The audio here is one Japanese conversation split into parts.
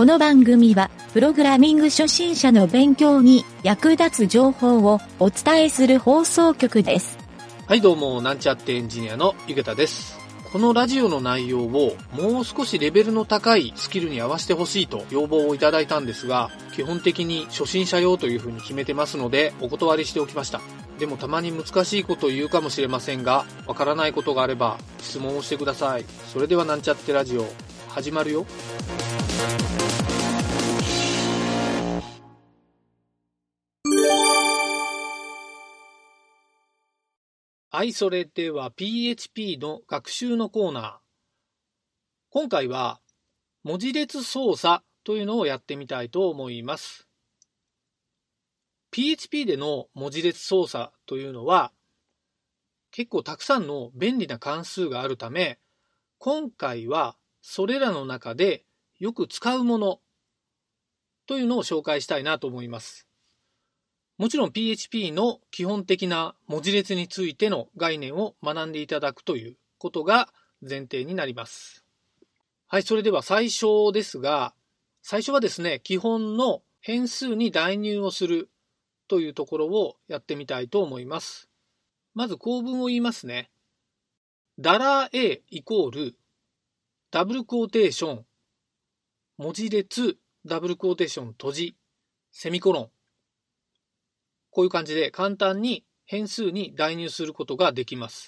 の番組は、プログラミング初心者の勉強に役立つ情報をお伝えする放送局です。 はい、どうも、なんちゃってエンジニアのゆげたです。このラジオの内容をもう少しレベルの高いスキルに合わせてほしいと要望をいただいたんですが、基本的に初心者用というふうに決めてますので、お断りしておきました。でもたまに難しいことを言うかもしれませんが、わからないことがあれば質問をしてください。それではなんちゃってラジオ、始まるよ。はい、それでは PHP の学習のコーナー。今回は文字列操作というのをやってみたいと思います。PHP での文字列操作というのは結構たくさんの便利な関数があるため、今回はそれらの中でよく使うものというのを紹介したいなと思います。もちろん PHP の基本的な文字列についての概念を学んでいただくということが前提になります。はい、それでは最初ですが、最初はですね、基本の変数に代入をするというところをやってみたいと思います。まず構文を言いますね。$A イコールダブルクォーテーション文字列ダブルクォーテーション閉じセミコロン。こういう感じで簡単に変数に代入することができます。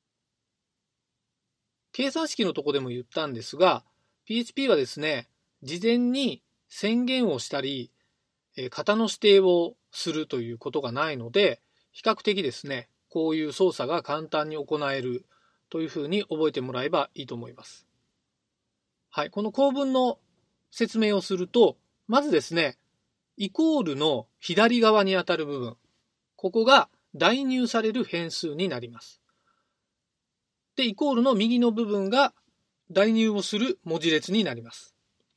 計算式のとこでも言ったんですが、PHP はですね、事前に宣言をしたり、型の指定をするということがないので、比較的ですね、こういう操作が簡単に行えるというふうに覚えてもらえばいいと思います。はい、この構文の説明をすると、まずですね、イコールの左側にあたる部分、ここが代入される変数になります。で、イコールの右の部分が代入をする文字列になります。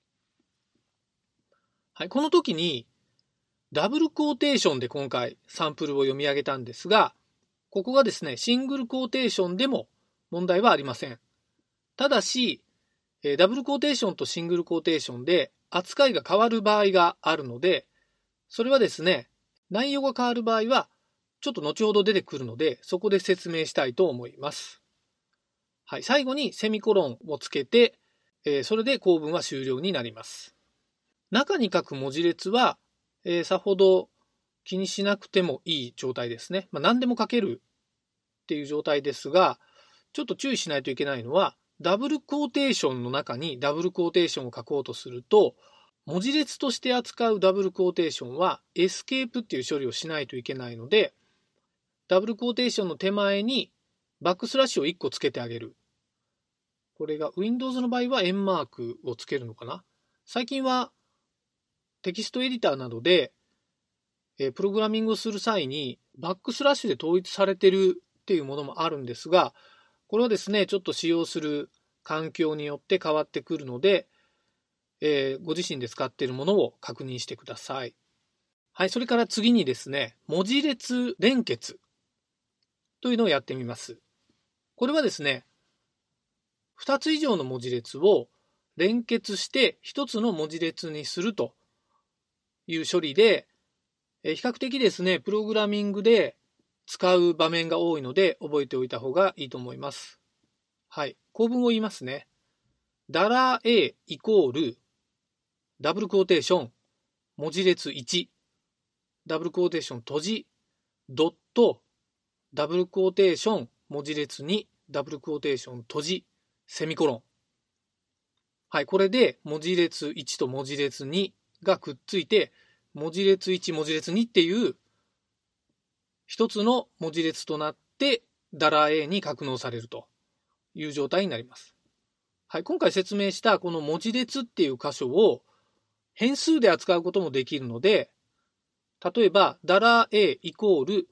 はい、この時にダブルクォーテーションで今回サンプルを読み上げたんですが、ここがですね、シングルクォーテーションでも問題はありません。ただし、ダブルクォーテーションとシングルクォーテーションで扱いが変わる場合があるので、それはですね、内容が変わる場合は、ちょっと後ほど出てくるので、そこで説明したいと思います。はい、最後にセミコロンをつけて、それで構文は終了になります。中に書く文字列は、さほど気にしなくてもいい状態ですね。何でも書けるっていう状態ですが、ちょっと注意しないといけないのは、ダブルクォーテーションの中にダブルクォーテーションを書こうとすると、文字列として扱うダブルクォーテーションはエスケープっていう処理をしないといけないので、ダブルクォーテーションの手前にバックスラッシュを1個つけてあげる。これが Windows の場合は円マークをつけるのかな。最近はテキストエディターなどでプログラミングをする際にバックスラッシュで統一されているっていうものもあるんですが、これはですね、ちょっと使用する環境によって変わってくるので、ご自身で使っているものを確認してください。はい、それから次にですね、文字列連結というのをやってみます。これはですね、2つ以上の文字列を連結して1つの文字列にするという処理で、比較的ですね、プログラミングで使う場面が多いので覚えておいた方がいいと思います。はい、構文を言いますね。$A イコールダブルクォーテーション文字列1ダブルクォーテーション閉じドットダブルクォーテーション文字列2ダブルクォーテーション閉じセミコロン。はい、これで文字列1と文字列2がくっついて文字列1文字列2っていう一つの文字列となって$A に格納されるという状態になります。はい、今回説明したこの文字列っていう箇所を変数で扱うこともできるので、例えば$A イコール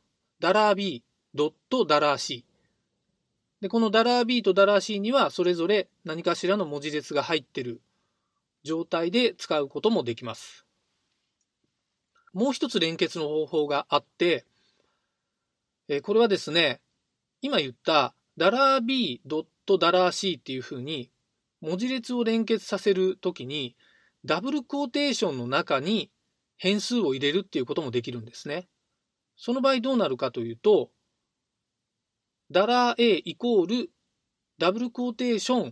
$B ドット$C で、この$B と$C にはそれぞれ何かしらの文字列が入っている状態で使うこともできます。もう一つ連結の方法があって、これはですね、今言った$B ドット$C っていうふうに文字列を連結させるときにダブルクォーテーションの中に変数を入れるっていうこともできるんですね。その場合どうなるかというと、$A イコールダブルクォーテーション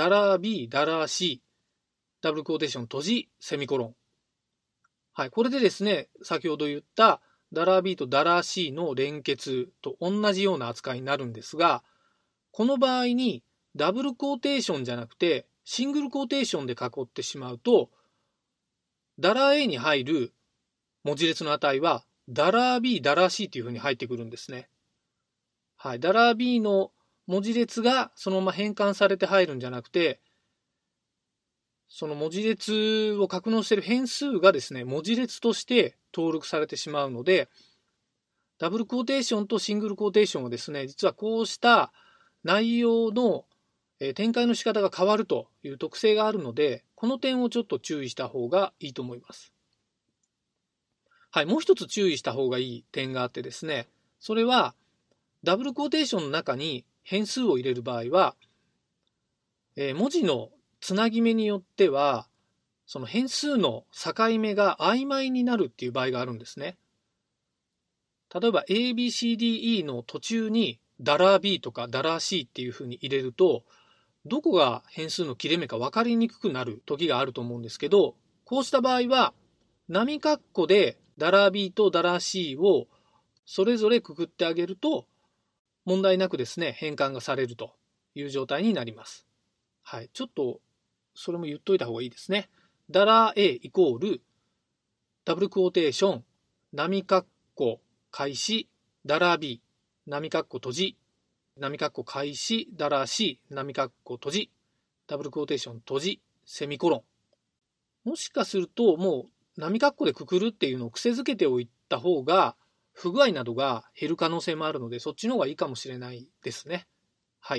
$B、$C、ダブルクォーテーション閉じ、セミコロン。はい、これでですね、先ほど言った$B と$C の連結と同じような扱いになるんですが、この場合にダブルクォーテーションじゃなくてシングルクォーテーションで囲ってしまうと、$A に入る文字列の値は$B、$C というふうに入ってくるんですね。はい、$B の文字列がそのまま変換されて入るんじゃなくて、その文字列を格納している変数がですね、文字列として登録されてしまうので、ダブルクォーテーションとシングルクォーテーションはですね、実はこうした内容の展開の仕方が変わるという特性があるので、この点をちょっと注意した方がいいと思います。はい、もう一つ注意した方がいい点があってですね、それはダブルクォーテーションの中に変数を入れる場合は、文字のつなぎ目によっては、その変数の境目が曖昧になるっていう場合があるんですね。例えば ABCDE の途中に$B とか$C っていうふうに入れると、どこが変数の切れ目か分かりにくくなる時があると思うんですけど、こうした場合は波括弧で$B と$C をそれぞれくくってあげると問題なくですね、変換がされるという状態になります。はい、ちょっとそれも言っといた方がいいですね。$A イコールダブルクォーテーション波括弧開始$B 波括弧閉じ波括弧開始$C 波括弧閉じダブルクォーテーション閉じセミコロン。もしかするともう波括弧でくくるっていうのを癖づけておいた方が不具合などが減る可能性もあるので、そっちの方がいいかもしれないですね。はい。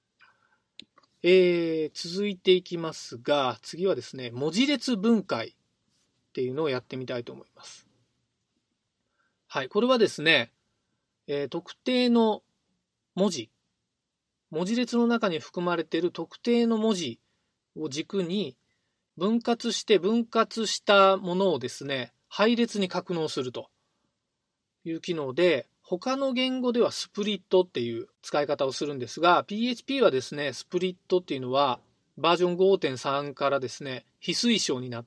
続いていきますが、次はですね、文字列分解っていうのをやってみたいと思います。はい、これはですね、特定の文字列の中に含まれている特定の文字を軸に分割したものをですね、配列に格納するという機能で、他の言語ではスプリットっていう使い方をするんですが、PHP はですね、スプリットっていうのはバージョン 5.3 からですね、非推奨になって、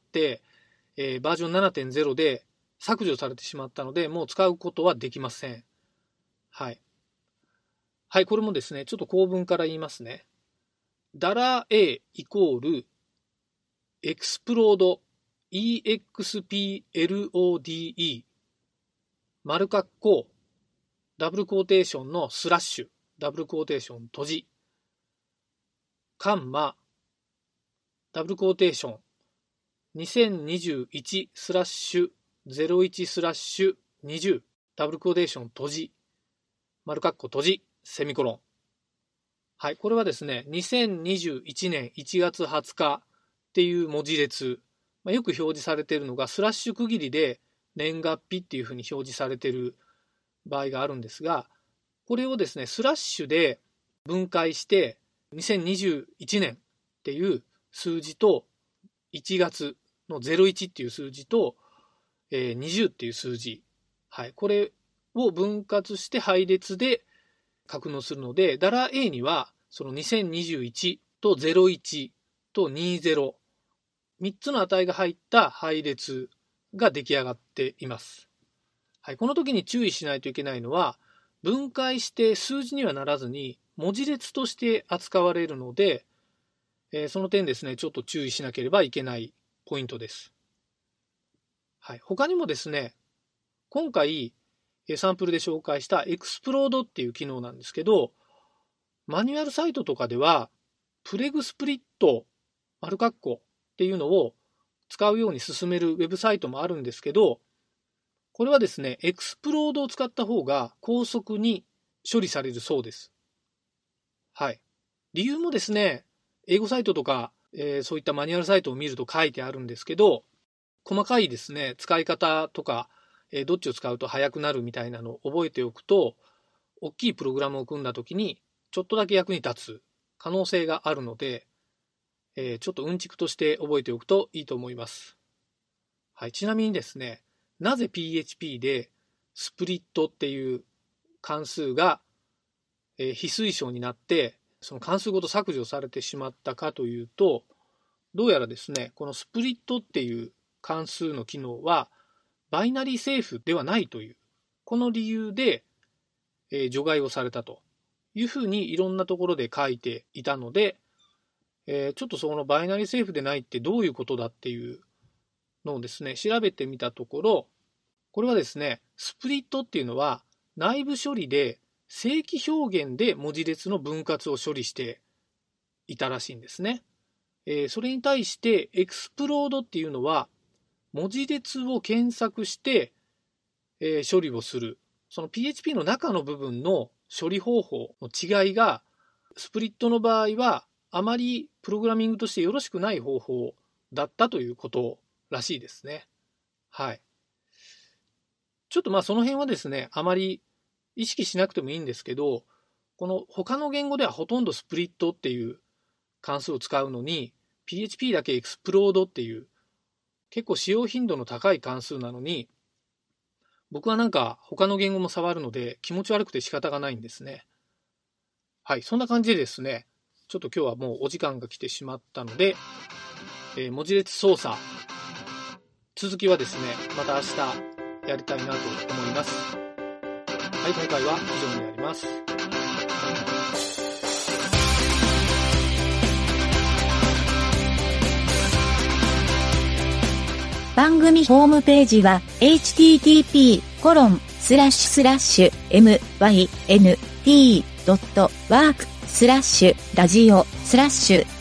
バージョン 7.0 で削除されてしまったので、もう使うことはできません。はい。はい、これもですね、ちょっと構文から言いますね。$A イコールエクスプロード EXPLODE 丸括弧ダブルクォーテーションのスラッシュダブルクォーテーション閉じカンマダブルクォーテーション2021スラッシュ01スラッシュ20ダブルクォーテーション閉じ丸括弧閉じセミコロン。はい、これはですね、2021年1月20日っていう文字列、よく表示されているのがスラッシュ区切りで年月日っていうふうに表示されている場合があるんですが、これをですね、スラッシュで分解して2021年っていう数字と1月の01っていう数字と20っていう数字、はい、これを分割して配列で格納するので、$A にはその2021と01と20、3つの値が入った配列が出来上がっています。はい、この時に注意しないといけないのは、分解して数字にはならずに文字列として扱われるので、その点ですね、ちょっと注意しなければいけないポイントです。はい、他にもですね、今回サンプルで紹介したエクスプロードっていう機能なんですけど、マニュアルサイトとかではプレグスプリット丸括弧っていうのを使うように進めるウェブサイトもあるんですけど、これはですね、エクスプロードを使った方が高速に処理されるそうです。はい。理由もですね、英語サイトとか、そういったマニュアルサイトを見ると書いてあるんですけど、細かいですね、使い方とか、どっちを使うと速くなるみたいなのを覚えておくと、大きいプログラムを組んだ時にちょっとだけ役に立つ可能性があるので、 ちょっとうんちくとして覚えておくといいと思います。はい、ちなみにですね、なぜ PHP でスプリットっていう関数が非推奨になってその関数ごと削除されてしまったかというと、どうやらですね、このスプリットっていう関数の機能はバイナリーセーフではないという、この理由で除外をされたというふうにいろんなところで書いていたので、ちょっとそのバイナリーセーフでないってどういうことだっていうのをですね、調べてみたところ、これはですね、スプリットっていうのは内部処理で正規表現で文字列の分割を処理していたらしいんですね。それに対してエクスプロードっていうのは文字列を検索して、処理をする。その PHP の中の部分の処理方法の違いが、スプリットの場合はあまりプログラミングとしてよろしくない方法だったということらしいですね。はい。ちょっとその辺はですね、あまり意識しなくてもいいんですけど、この他の言語ではほとんどスプリットっていう関数を使うのに、PHP だけエクスプロードっていう結構使用頻度の高い関数なのに、僕はなんか他の言語も触るので気持ち悪くて仕方がないんですね。はい、そんな感じでですね、ちょっと今日はもうお時間が来てしまったので、文字列操作、続きはですね、また明日やりたいなと思います。はい、今回は以上になります。 番組ホームページは http://myn.t.work/ラジオ/